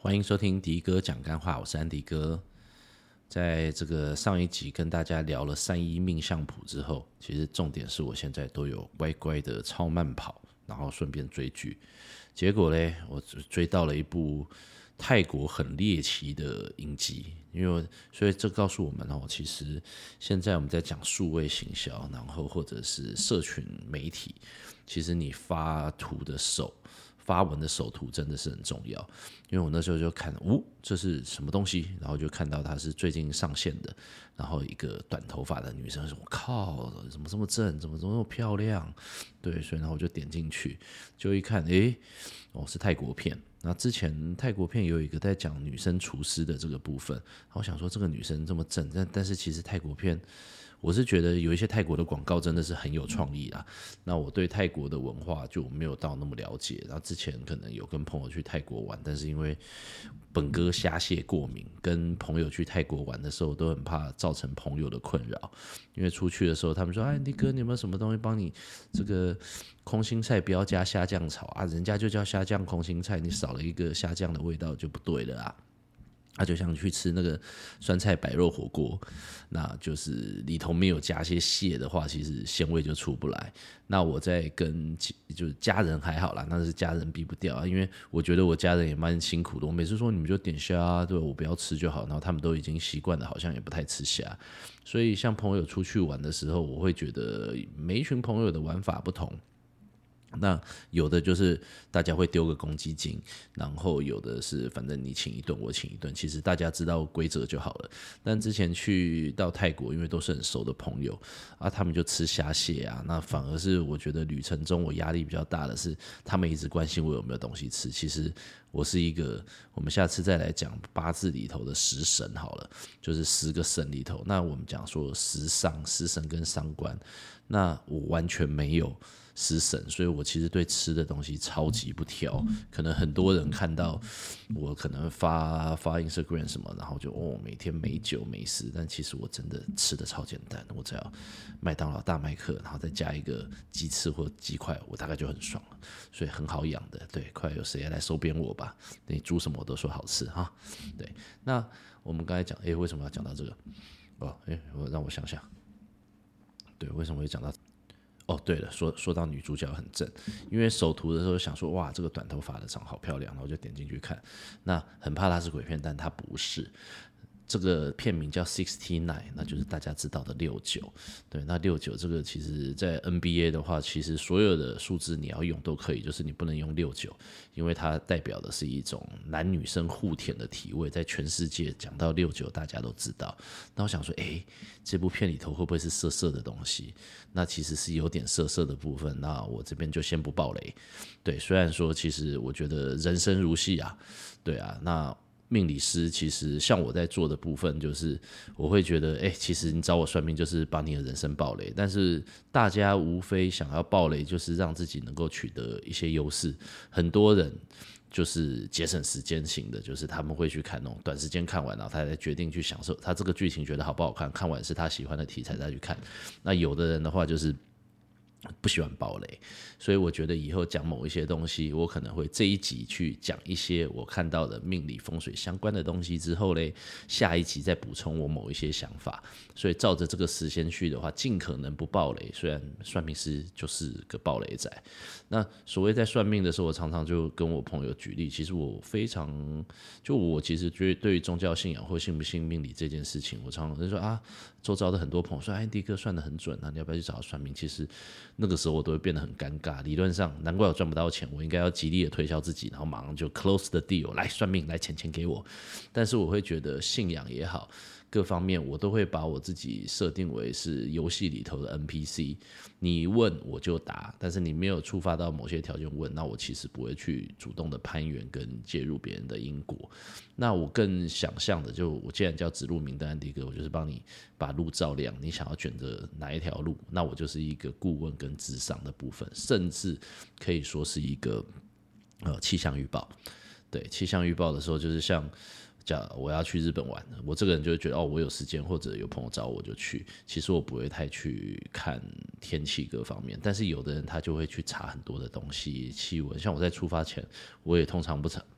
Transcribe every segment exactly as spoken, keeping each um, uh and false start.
欢迎收听迪哥讲干话，我是安迪哥。在这个上一集跟大家聊了三一命相谱之后，其实重点是我现在都有乖乖的超慢跑，然后顺便追剧。结果呢，我追到了一部泰国很猎奇的影集，因为所以这告诉我们哦，其实现在我们在讲数位行销，然后或者是社群媒体，其实你发图的手。发文的手图真的是很重要，因为我那时候就看，哦，这是什么东西？然后就看到它是最近上线的，然后一个短头发的女生说：“我靠，怎么这么正？怎么这么漂亮？”对，所以然后我就点进去，就一看，诶，哦，是泰国片。那之前泰国片有一个在讲女生厨师的这个部分，然后我想说这个女生这么正，但但是其实泰国片。我是觉得有一些泰国的广告真的是很有创意啦。那我对泰国的文化就没有到那么了解。然后之前可能有跟朋友去泰国玩，但是因为本哥虾蟹过敏，跟朋友去泰国玩的时候都很怕造成朋友的困扰。因为出去的时候他们说：“哎，迪哥，你有没有什么东西帮你这个空心菜不要加虾酱炒啊？人家就叫虾酱空心菜，你少了一个虾酱的味道就不对了啊。”他、啊、就像去吃那个酸菜白肉火锅，那就是里头没有加些蟹的话，其实鲜味就出不来。那我在跟就是家人还好啦，那是家人避不掉啊，因为我觉得我家人也蛮辛苦的。我每次说你们就点虾、啊，对我不要吃就好，然后他们都已经习惯了，好像也不太吃虾。所以像朋友出去玩的时候，我会觉得每一群朋友的玩法不同。那有的就是大家会丢个公积金，然后有的是反正你请一顿我请一顿，其实大家知道规则就好了。但之前去到泰国，因为都是很熟的朋友啊，他们就吃虾蟹啊，那反而是我觉得旅程中我压力比较大的是，他们一直关心我有没有东西吃。其实我是一个，我们下次再来讲八字里头的食神好了，就是十个神里头，那我们讲说食伤、食神跟伤官，那我完全没有。食神，所以我其实对吃的东西超级不挑。可能很多人看到我可能发发 Instagram 什么，然后就哦每天美酒美食，但其实我真的吃的超简单。我只要麦当劳大麦克，然后再加一个鸡翅或鸡块，我大概就很爽了。所以很好养的，对，快有谁来收编我吧？你煮什么我都说好吃哈。对，那我们刚才讲，哎，为什么要讲到这个？哦，哎，我让我想想，对，为什么会讲到？哦，对了，说说到女主角很正，因为首图的时候想说，哇，这个短头发的长好漂亮，然后就点进去看，那很怕它是鬼片，但它不是。这个片名叫 Sixty Nine， 那就是大家知道的六九。对，那六九这个其实在 N B A 的话，其实所有的数字你要用都可以，就是你不能用六九，因为它代表的是一种男女生互舔的体位，在全世界讲到六九，大家都知道。那我想说，哎，这部片里头会不会是色色的东西？那其实是有点色色的部分，那我这边就先不爆雷。对，虽然说其实我觉得人生如戏啊，对啊，那。命理师其实像我在做的部分，就是我会觉得，哎、欸，其实你找我算命就是把你的人生爆雷，但是大家无非想要爆雷，就是让自己能够取得一些优势。很多人就是节省时间型的，就是他们会去看那种短时间看完，然后他才决定去享受他这个剧情觉得好不好看，看完是他喜欢的题材再去看。那有的人的话就是。不喜欢爆雷，所以我觉得以后讲某一些东西，我可能会这一集去讲一些我看到的命理风水相关的东西之后嘞，下一集再补充我某一些想法。所以照着这个时间序的话，尽可能不爆雷。虽然算命师就是个爆雷仔，那所谓在算命的时候，我常常就跟我朋友举例，其实我非常就我其实觉得对于宗教信仰或信不信命理这件事情，我常常就说啊，周遭的很多朋友说，哎，迪哥算得很准啊，你要不要去找他算命？其实。那个时候我都会变得很尴尬，理论上难怪我赚不到钱，我应该要极力的推销自己，然后马上就 close the deal， 来算命，来钱钱给我。但是我会觉得信仰也好，各方面我都会把我自己设定为是游戏里头的 N P C， 你问我就答，但是你没有触发到某些条件问，那我其实不会去主动的攀援跟介入别人的因果。那我更想象的就，我既然叫指路明灯安迪哥，我就是帮你把路照亮，你想要选择哪一条路，那我就是一个顾问跟智商的部分，甚至可以说是一个呃气象预报。对，气象预报的时候，就是像讲我要去日本玩，我这个人就会觉得哦，我有时间或者有朋友找我就去。其实我不会太去看天气各方面，但是有的人他就会去查很多的东西，气温。像我在出发前，我也通常不查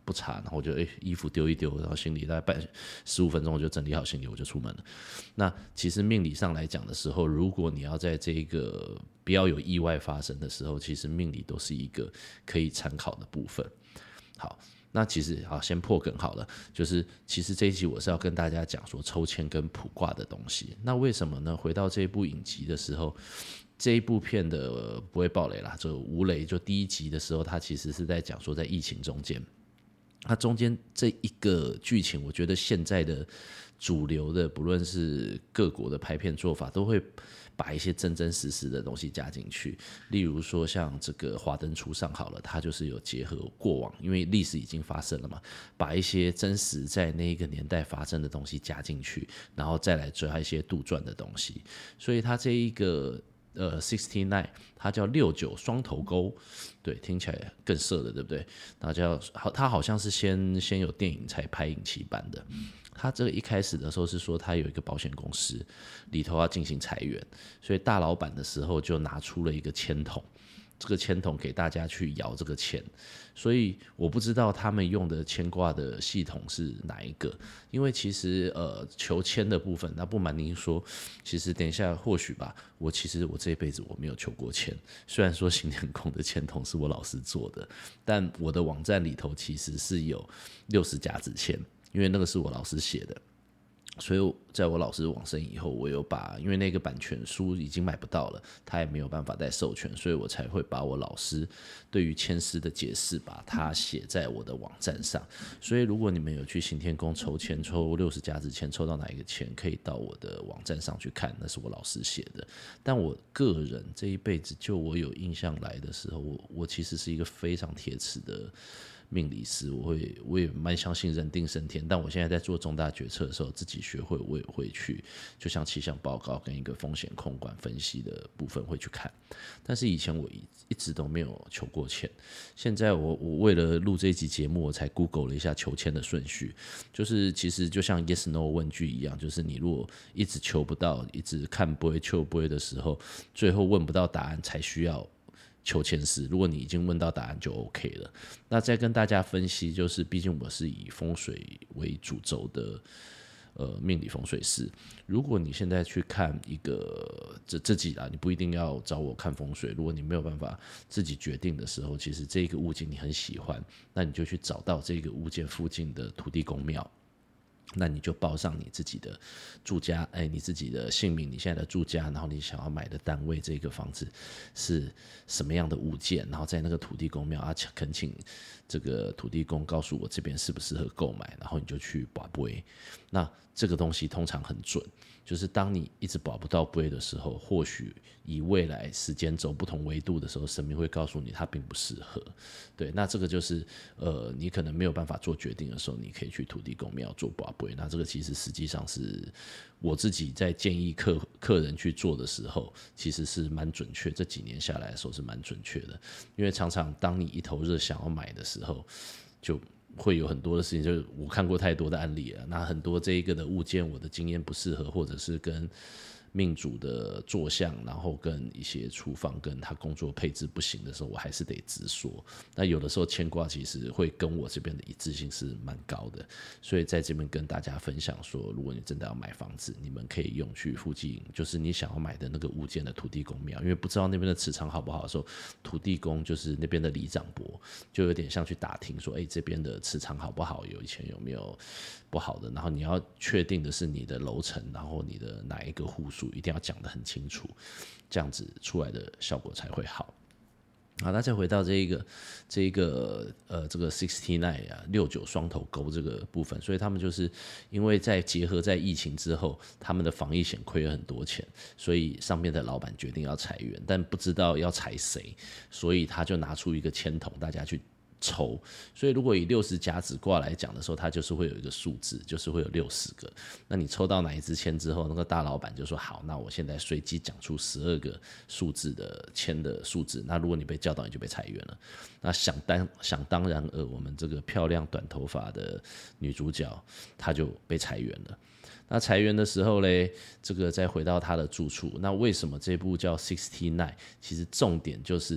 不查，然后我就、欸、衣服丢一丢，然后行李大概半十五分钟我就整理好行李我就出门了。那其实命理上来讲的时候，如果你要在这个不要有意外发生的时候，其实命理都是一个可以参考的部分。好，那其实好，先破梗好了，就是其实这一集我是要跟大家讲说抽签跟卜卦的东西。那为什么呢？回到这一部影集的时候，这一部片的不会爆雷啦，就无雷，就第一集的时候，它其实是在讲说在疫情中间，它中间这一个剧情，我觉得现在的主流的不论是各国的拍片做法，都会把一些真真实实的东西加进去。例如说像这个华灯初上好了，它就是有结合过往，因为历史已经发生了嘛，把一些真实在那一个年代发生的东西加进去，然后再来抓一些杜撰的东西。所以它这一个呃 sixty nine， 它叫六九双头钩，对，听起来更色的，对不对？它叫它好像是先先有电影才拍影期版的。他这个一开始的时候是说他有一个保险公司里头要进行裁员，所以大老板的时候就拿出了一个签筒，这个签筒给大家去摇这个签，所以我不知道他们用的签卦的系统是哪一个，因为其实呃求签的部分，那不瞒您说，其实等一下或许吧，我其实我这一辈子我没有求过签，虽然说行天宫的签筒是我老师做的，但我的网站里头其实是有六十甲子签。因为那个是我老师写的，所以在我老师往生以后，我有把，因为那个版权书已经买不到了，他也没有办法再授权，所以我才会把我老师对于签诗的解释，把它写在我的网站上。所以如果你们有去行天宫抽签，抽六十甲子签，抽到哪一个签，可以到我的网站上去看，那是我老师写的。但我个人这一辈子，就我有印象来的时候，我我其实是一个非常铁齿的命理师，我会我也蛮相信人定胜天，但我现在在做重大决策的时候，自己学会我也会去，就像气象报告跟一个风险控管分析的部分会去看。但是以前我一一直都没有求过签，现在我我为了录这一集节目，我才 Google 了一下求签的顺序，就是其实就像 Yes No 问句一样，就是你如果一直求不到，一直看不会求不会的时候，最后问不到答案才需要求签师，如果你已经问到答案就 OK 了。那再跟大家分析，就是毕竟我是以风水为主轴的呃命理风水师。如果你现在去看一个这这集啦，你不一定要找我看风水。如果你没有办法自己决定的时候，其实这个物件你很喜欢，那你就去找到这个物件附近的土地公庙。那你就报上你自己的住家，哎，你自己的姓名，你现在的住家，然后你想要买的单位，这个房子是什么样的物件，然后在那个土地公庙啊，恳请这个土地公告诉我这边适不适合购买，然后你就去拔杯。那这个东西通常很准，就是当你一直拔不到杯的时候，或许以未来时间轴不同维度的时候，神明会告诉你它并不适合。对，那这个就是呃，你可能没有办法做决定的时候，你可以去土地公庙做拔杯。那这个其实实际上是我自己在建议客客人去做的时候，其实是蛮准确。这几年下来的时候是蛮准确的，因为常常当你一头热想要买的时候，就会有很多的事情，就是我看过太多的案例了。那很多这一个的物件，我的经验不适合，或者是跟命主的坐向，然后跟一些厨房跟他工作配置不行的时候，我还是得直说。那有的时候牵挂其实会跟我这边的一致性是蛮高的，所以在这边跟大家分享说，如果你真的要买房子，你们可以用去附近，就是你想要买的那个物件的土地公庙，因为不知道那边的磁场好不好的时候，土地公就是那边的里长伯，就有点像去打听说，哎，这边的磁场好不好，有以前有没有不好的，然后你要确定的是你的楼层，然后你的哪一个户数一定要讲得很清楚，这样子出来的效果才会好。好，那再回到这一个这一个呃这个 sixty nine 啊六九双头钩这个部分，所以他们就是因为在结合在疫情之后，他们的防疫险亏了很多钱，所以上面的老板决定要裁员，但不知道要裁谁，所以他就拿出一个签筒，大家去抽。所以如果以六十甲子卦来讲的时候，它就是会有一个数字，就是会有六十个。那你抽到哪一支签之后，那个大老板就说好，那我现在随机讲出十二个数字的签的数字。那如果你被叫到，你就被裁员了。那想当想当然尔，我们这个漂亮短头发的女主角，她就被裁员了。那裁员的时候嘞，这个再回到他的住处。那为什么这部叫 sixty nine？ 其实重点就是，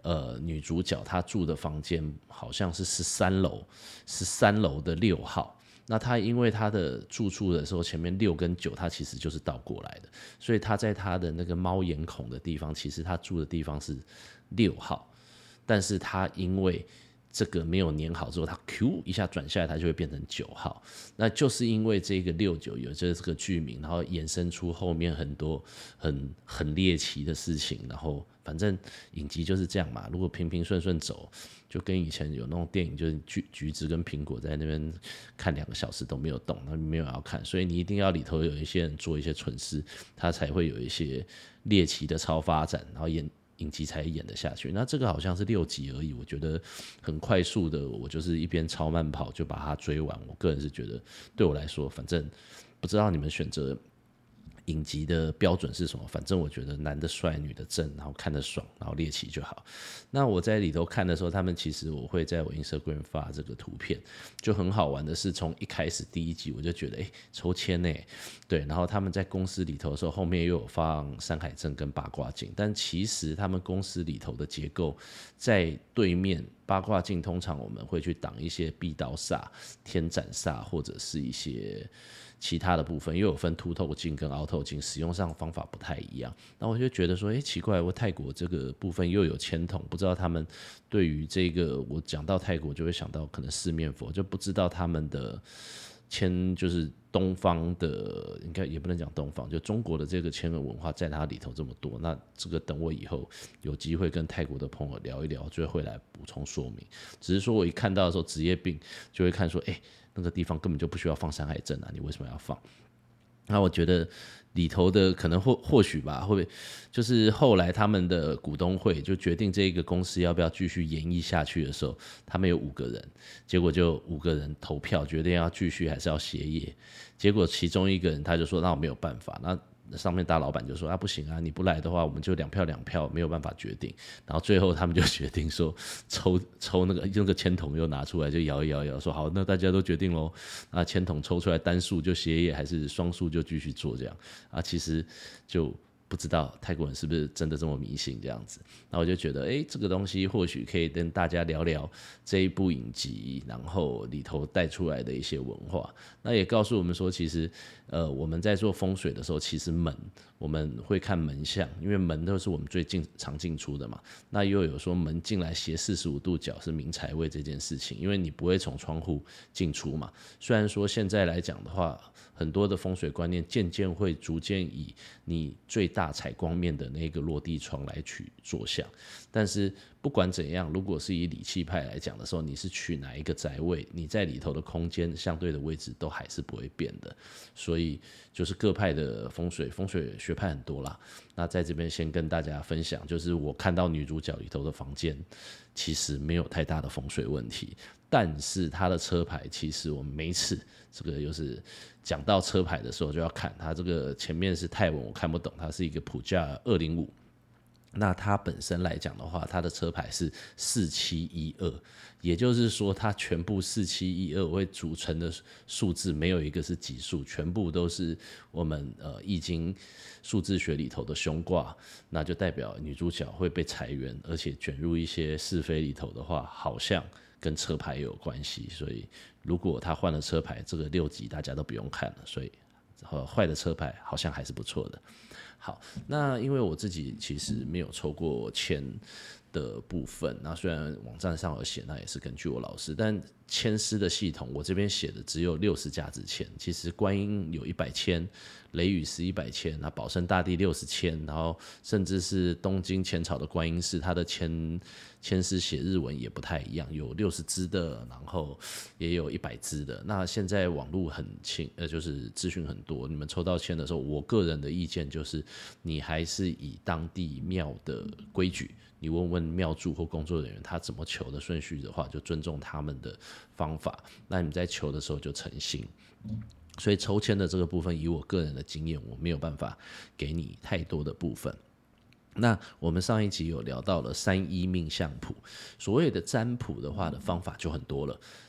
呃女主角她住的房间好像是十三楼，十三楼的六号。那她因为她的住处的时候，前面六跟九，她其实就是倒过来的，所以她在她的那个猫眼孔的地方，其实她住的地方是六号，但是她因为这个没有粘好之后，它 Q 一下转下来，它就会变成九号。那就是因为这个六九有这个剧名，然后衍生出后面很多很很猎奇的事情。然后反正影集就是这样嘛，如果平平顺顺走，就跟以前有那种电影，就是橘橘子跟苹果在那边看两个小时都没有动，那没有人要看，所以你一定要里头有一些人做一些蠢事，他才会有一些猎奇的超发展，然后演。影集才演得下去，那这个好像是六集而已，我觉得很快速的，我就是一边超慢跑就把它追完。我个人是觉得，对我来说，反正不知道你们选择影集的标准是什么，反正我觉得男的帅，女的正，然后看得爽，然后猎奇就好。那我在里头看的时候，他们其实我会在我 Instagram 发这个图片，就很好玩的是，从一开始第一集我就觉得，哎、欸，抽签哎，对，然后他们在公司里头的时候，后面又有放山海镇跟八卦镜，但其实他们公司里头的结构在对面。八卦镜通常我们会去挡一些壁刀煞、天斩煞或者是一些其他的部分，又有分凸透镜跟凹透镜，使用上方法不太一样。那我就觉得说，哎、欸，奇怪，我泰国这个部分又有签筒，不知道他们对于这个，我讲到泰国就会想到可能四面佛，就不知道他们的签就是东方的，应该也不能讲东方，就中国的这个签文文化在它里头这么多，那这个等我以后有机会跟泰国的朋友聊一聊，就会来补充说明。只是说我一看到的时候，职业病就会看说，哎、欸，那个地方根本就不需要放山海镇啊，你为什么要放？那我觉得里头的可能或或许吧，会不会就是后来他们的股东会就决定这个公司要不要继续延役下去的时候，他们有五个人，结果就五个人投票决定要继续还是要歇业，结果其中一个人他就说那我没有办法，那上面大老板就说啊不行啊，你不来的话我们就两票两票没有办法决定，然后最后他们就决定说抽抽那个那个签筒又拿出来就摇一摇摇说好，那大家都决定咯，那签筒抽出来单数就歇业还是双数就继续做这样啊，其实就不知道泰国人是不是真的这么迷信这样子。那我就觉得，哎，这个东西或许可以跟大家聊聊这一部影集，然后里头带出来的一些文化。那也告诉我们说，其实，呃，我们在做风水的时候，其实门我们会看门向，因为门都是我们最近常进出的嘛。那又有说门进来斜四十五度角是明财位这件事情，因为你不会从窗户进出嘛。虽然说现在来讲的话，很多的风水观念渐渐会逐渐以你最大采光面的那个落地窗来取着想，但是不管怎样，如果是以理气派来讲的时候，你是取哪一个宅位，你在里头的空间相对的位置都还是不会变的，所以就是各派的风水，风水学派很多啦。那在这边先跟大家分享，就是我看到女主角里头的房间，其实没有太大的风水问题，但是她的车牌，其实我们每一次这个又是讲到车牌的时候就要看，它这个前面是泰文我看不懂，它是一个普价二零五。那它本身来讲的话，它的车牌是四七一二，也就是说它全部四七一二会组成的数字没有一个是奇数，全部都是我们呃易经数字学里头的凶卦，那就代表女主角会被裁员，而且卷入一些是非里头的话，好像跟车牌有关系，所以如果她换了车牌，这个六集大家都不用看了，所以坏的车牌好像还是不错的。好，那因为我自己其实没有抽过签的部分，那虽然网站上有写，那也是根据我老师，但签师的系统我这边写的只有六十家子签，其实观音有一百签，雷雨寺一百签，那保生大帝六十签，然后甚至是东京浅草的观音寺，它的签签师写日文也不太一样，有六十支的，然后也有一百支的。那现在网络很清，呃，就是资讯很多，你们抽到签的时候，我个人的意见就是，你还是以当地庙的规矩。你问问庙祝或工作人员他怎么求的顺序的话，就尊重他们的方法。那你在求的时候就诚心。所以抽签的这个部分，以我个人的经验，我没有办法给你太多的部分。那我们上一集有聊到了三一命相谱，所谓的占卜的话的方法就很多了。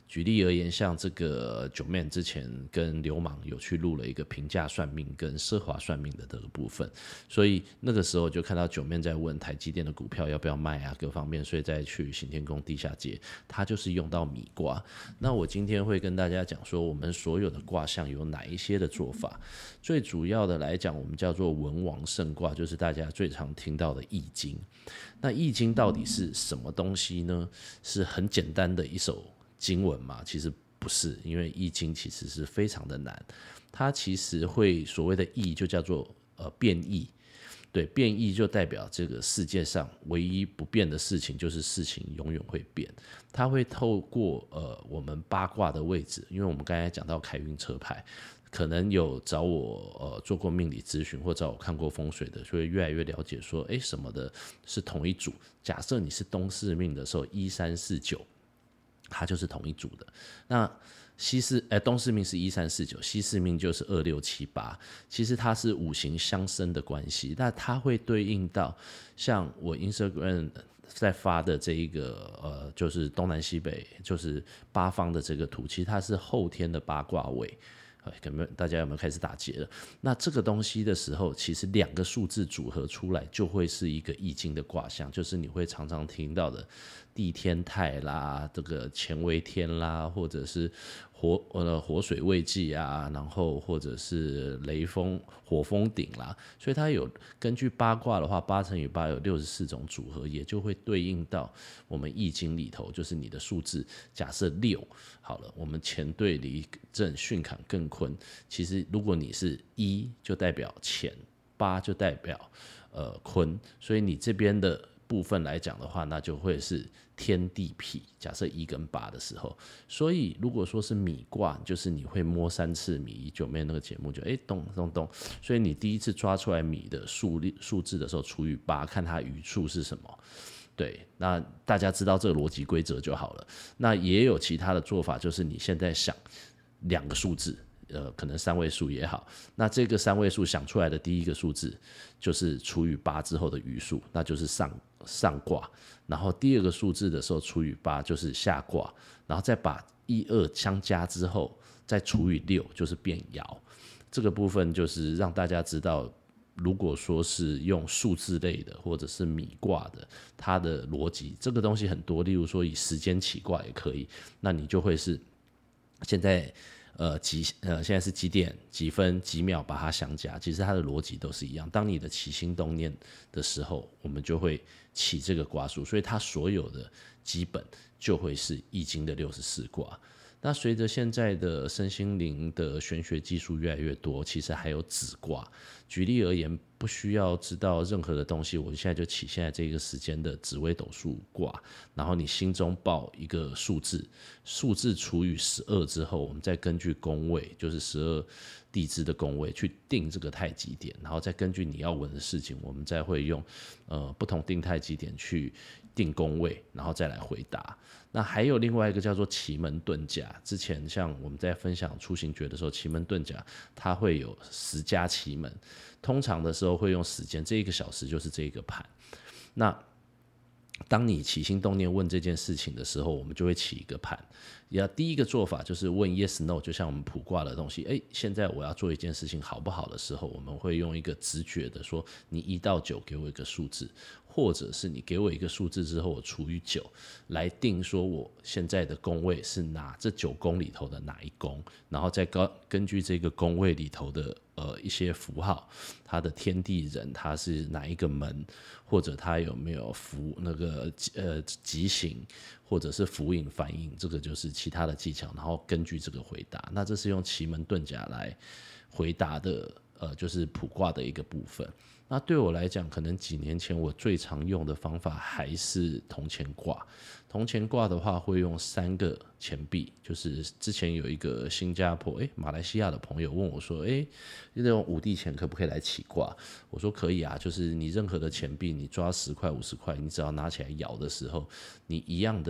举例而言，像这个九妹之前跟流氓有去录了一个平价算命跟奢华算命的这个部分，所以那个时候就看到九妹在问台积电的股票要不要卖啊，各方面，所以再去行天宫地下街，它就是用到米卦。那我今天会跟大家讲说，我们所有的卦象有哪一些的做法。最主要的来讲，我们叫做文王圣卦，就是大家最常听到的易经。那易经到底是什么东西呢？是很简单的一首经文嘛？其实不是，因为易经其实是非常的难。它其实会所谓的易就叫做呃变易，对，变易就代表这个世界上唯一不变的事情就是事情永远会变。它会透过呃我们八卦的位置，因为我们刚才讲到开运车牌。可能有找我呃做过命理咨询或找我看过风水的，所以越来越了解说，哎，什么的是同一组。假设你是东四命的时候，一三四九，它就是同一组的。那西四哎东四命是一三四九，西四命就是二六七八。其实它是五行相生的关系，那它会对应到像我 Instagram 在发的这一个呃，就是东南西北就是八方的这个图，其实它是后天的八卦位。大家有没有开始打结了？那这个东西的时候，其实两个数字组合出来，就会是一个易经的卦象，就是你会常常听到的地天泰啦，这个乾为天啦，或者是火呃火水未济啊，然后或者是雷风火风鼎啦，所以它有根据八卦的话，八乘以八有六十四种组合，也就会对应到我们易经里头，就是你的数字，假设六好了，我们乾兑离震巽坎艮坤，其实如果你是一，就代表乾，八就代表呃坤，所以你这边的部分来讲的话，那就会是天地痞。假设一跟八的时候，所以如果说是米卦，就是你会摸三次米，九妹那个节目就哎咚咚咚，所以你第一次抓出来米的数数字的时候除以八，看它余数是什么。对，那大家知道这个逻辑规则就好了。那也有其他的做法，就是你现在想两个数字。呃，可能三位数也好，那这个三位数想出来的第一个数字就是除以八之后的余数，那就是上上卦。然后第二个数字的时候除以八就是下卦，然后再把一二相加之后再除以六就是变爻。这个部分就是让大家知道，如果说是用数字类的或者是米卦的，它的逻辑这个东西很多，例如说以时间起卦也可以，那你就会是现在。呃几呃现在是几点几分几秒把它相加，其实它的逻辑都是一样。当你的起心动念的时候，我们就会起这个卦数，所以它所有的基本就会是易经的六十四卦。那随着现在的身心灵的玄学技术越来越多，其实还有子卦。举例而言，不需要知道任何的东西，我现在就起现在这个时间的紫微斗数卦，然后你心中报一个数字，数字除以十二之后，我们再根据宫位，就是十二地支的宫位去定这个太极点，然后再根据你要问的事情，我们再会用呃不同定太极点去定宫位，然后再来回答。那还有另外一个叫做奇门遁甲，之前像我们在分享出行诀的时候，奇门遁甲它会有十家奇门，通常的时候会用时间，这一个小时就是这一个盘。那当你起心动念问这件事情的时候，我们就会起一个盘。要第一个做法就是问 yes no， 就像我们卜卦的东西，哎，现在我要做一件事情好不好的时候，我们会用一个直觉的说，你一到九给我一个数字，或者是你给我一个数字之后，我除以九来定说我现在的宫位是哪这九宫里头的哪一宫，然后再根据这个宫位里头的呃一些符号，它的天地人它是哪一个门，或者它有没有符那个呃吉刑，或者是符引反应，这个就是其他的技巧，然后根据这个回答。那这是用奇门遁甲来回答的，呃，就是卜卦的一个部分。那对我来讲，可能几年前我最常用的方法还是铜钱卦。铜钱卦的话，会用三个钱币，就是之前有一个新加坡、诶马来西亚的朋友问我说：“诶，那种五帝钱可不可以来起卦？”我说可以啊，就是你任何的钱币，你抓十块、五十块，你只要拿起来摇的时候，你一样的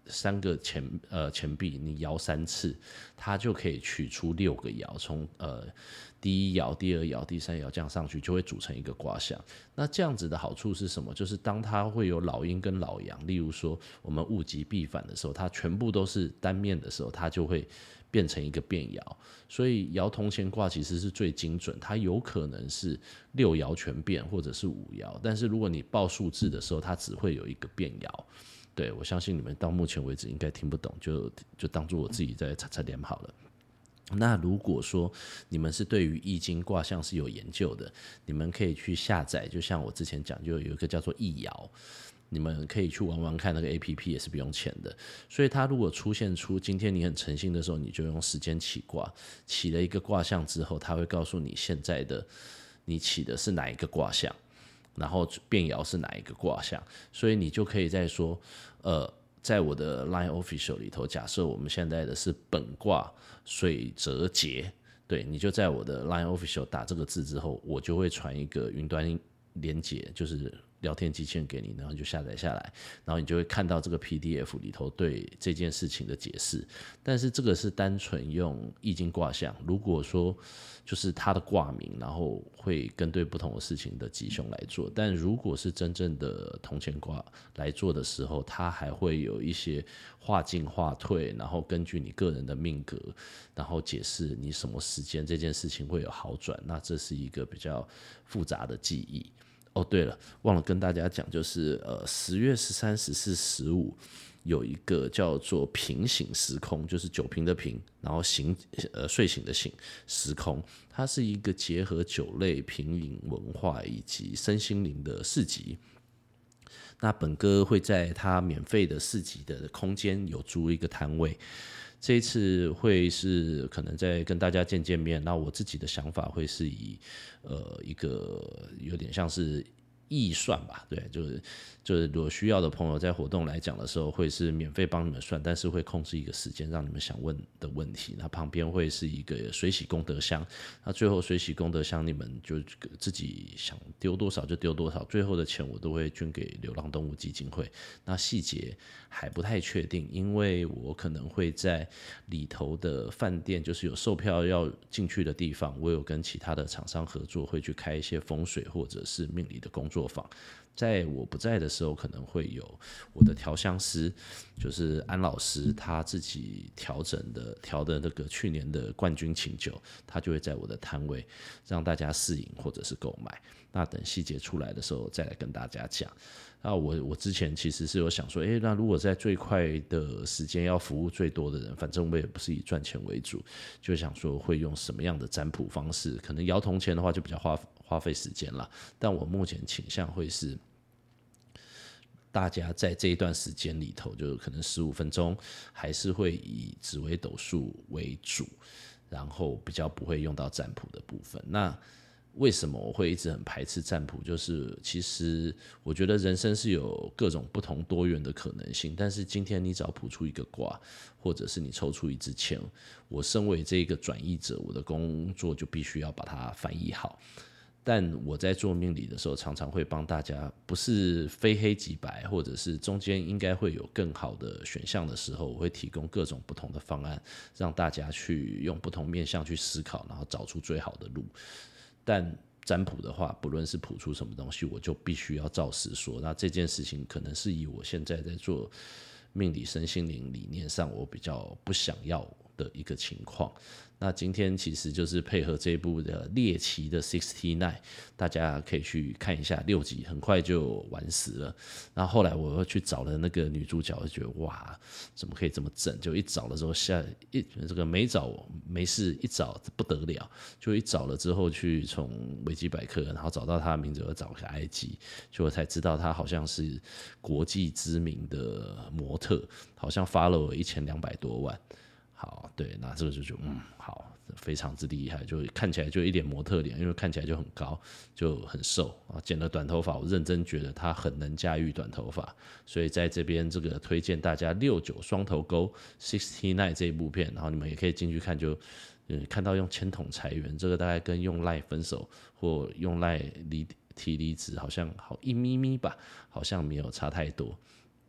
三个钱呃钱币，你摇三次，它就可以取出六个爻，从呃第一爻、第二爻、第三爻这样上去，就会组成一个卦象。那这样子的好处是什么？就是当它会有老阴跟老阳，例如说我们物极必反的时候，它全部都是单面的时候，它就会变成一个变爻。所以爻同乾卦其实是最精准，它有可能是六爻全变，或者是五爻，但是如果你报数字的时候，它只会有一个变爻。对，我相信你们到目前为止应该听不懂，就就当做我自己在擦擦脸好了。那如果说你们是对于易经卦象是有研究的，你们可以去下载，就像我之前讲，就有一个叫做易爻，你们可以去玩玩看，那个 A P P 也是不用钱的。所以它如果出现出今天你很诚心的时候，你就用时间起卦，起了一个卦象之后，它会告诉你现在的你起的是哪一个卦象，然后变爻是哪一个卦象，所以你就可以再说，呃，在我的 Line Official 里头，假设我们现在的是本卦水泽节，对，你就在我的 Line Official 打这个字之后，我就会传一个云端连结，就是聊天机器人给你，然后你就下载下来，然后你就会看到这个 P D F 里头对这件事情的解释。但是这个是单纯用易经卦象，如果说就是它的卦名，然后会跟对不同的事情的吉凶来做。但如果是真正的同乾卦来做的时候，它还会有一些化进化退，然后根据你个人的命格，然后解释你什么时间这件事情会有好转。那这是一个比较复杂的记忆。哦，对了，忘了跟大家讲，就是呃，十月十三、十四、十五有一个叫做平醒时空，就是酒瓶的瓶，然后醒呃睡醒的醒时空，它是一个结合酒类、品饮文化以及身心灵的市集。那本哥会在他免费的市集的空间有租一个摊位。这一次会是可能再跟大家见见面，那我自己的想法会是以呃一个有点像是预算吧，对，就是就是如果需要的朋友在活动来讲的时候，会是免费帮你们算，但是会控制一个时间让你们想问的问题。那旁边会是一个水洗功德箱，那最后水洗功德箱你们就自己想丢多少就丢多少，最后的钱我都会捐给流浪动物基金会。那细节还不太确定，因为我可能会在里头的饭店，就是有售票要进去的地方，我有跟其他的厂商合作，会去开一些风水或者是命理的工作坊。在我不在的时候，可能会有我的调香师，就是安老师他自己调整的调的那个去年的冠军清酒，他就会在我的摊位让大家试饮或者是购买。那等细节出来的时候再来跟大家讲。那我我之前其实是有想说，诶，那如果在最快的时间要服务最多的人，反正我也不是以赚钱为主，就想说会用什么样的占卜方式，可能摇铜钱的话就比较花花费时间啦，但我目前倾向会是大家在这一段时间里头，就可能十五分钟，还是会以紫微斗数为主，然后比较不会用到占卜的部分。那为什么我会一直很排斥占卜？就是其实我觉得人生是有各种不同多元的可能性，但是今天你只要卜出一个卦，或者是你抽出一支签，我身为这个转译者，我的工作就必须要把它翻译好。但我在做命理的时候，常常会帮大家，不是非黑即白，或者是中间应该会有更好的选项的时候，我会提供各种不同的方案，让大家去用不同面向去思考，然后找出最好的路。但占卜的话，不论是卜出什么东西，我就必须要照实说。那这件事情可能是以我现在在做命理身心灵理念上，我比较不想要的一个情况。那今天其实就是配合这一部的猎奇的 六十九， 大家可以去看一下，六集很快就完死了。然后后来我又去找了那个女主角，就觉得哇，怎么可以这么正？就一找的时候下一这个没找没事，一找不得了，就一找了之后去从维基百科，然后找到她的名字，又找个 I G， 就我才知道她好像是国际知名的模特，好像 follow 了一千两百多万。好，对，那这个就就嗯好，非常之厉害，就看起来就一脸模特脸，因为看起来就很高，就很瘦啊，剪了短头发，我认真觉得他很能驾驭短头发，所以在这边这个推荐大家六九双头钩 六十九 这一部片，然后你们也可以进去看就，嗯，看到用铅筒裁员，这个大概跟用赖分手或用赖离提离职好像好一咪咪吧，好像没有差太多。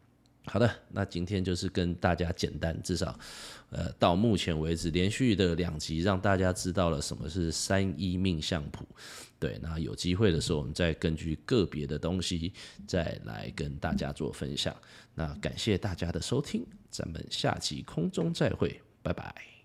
好的，那今天就是跟大家简单，至少呃到目前为止连续的两集，让大家知道了什么是三一命相谱。对，那有机会的时候，我们再根据个别的东西再来跟大家做分享。那感谢大家的收听，咱们下期空中再会，拜拜。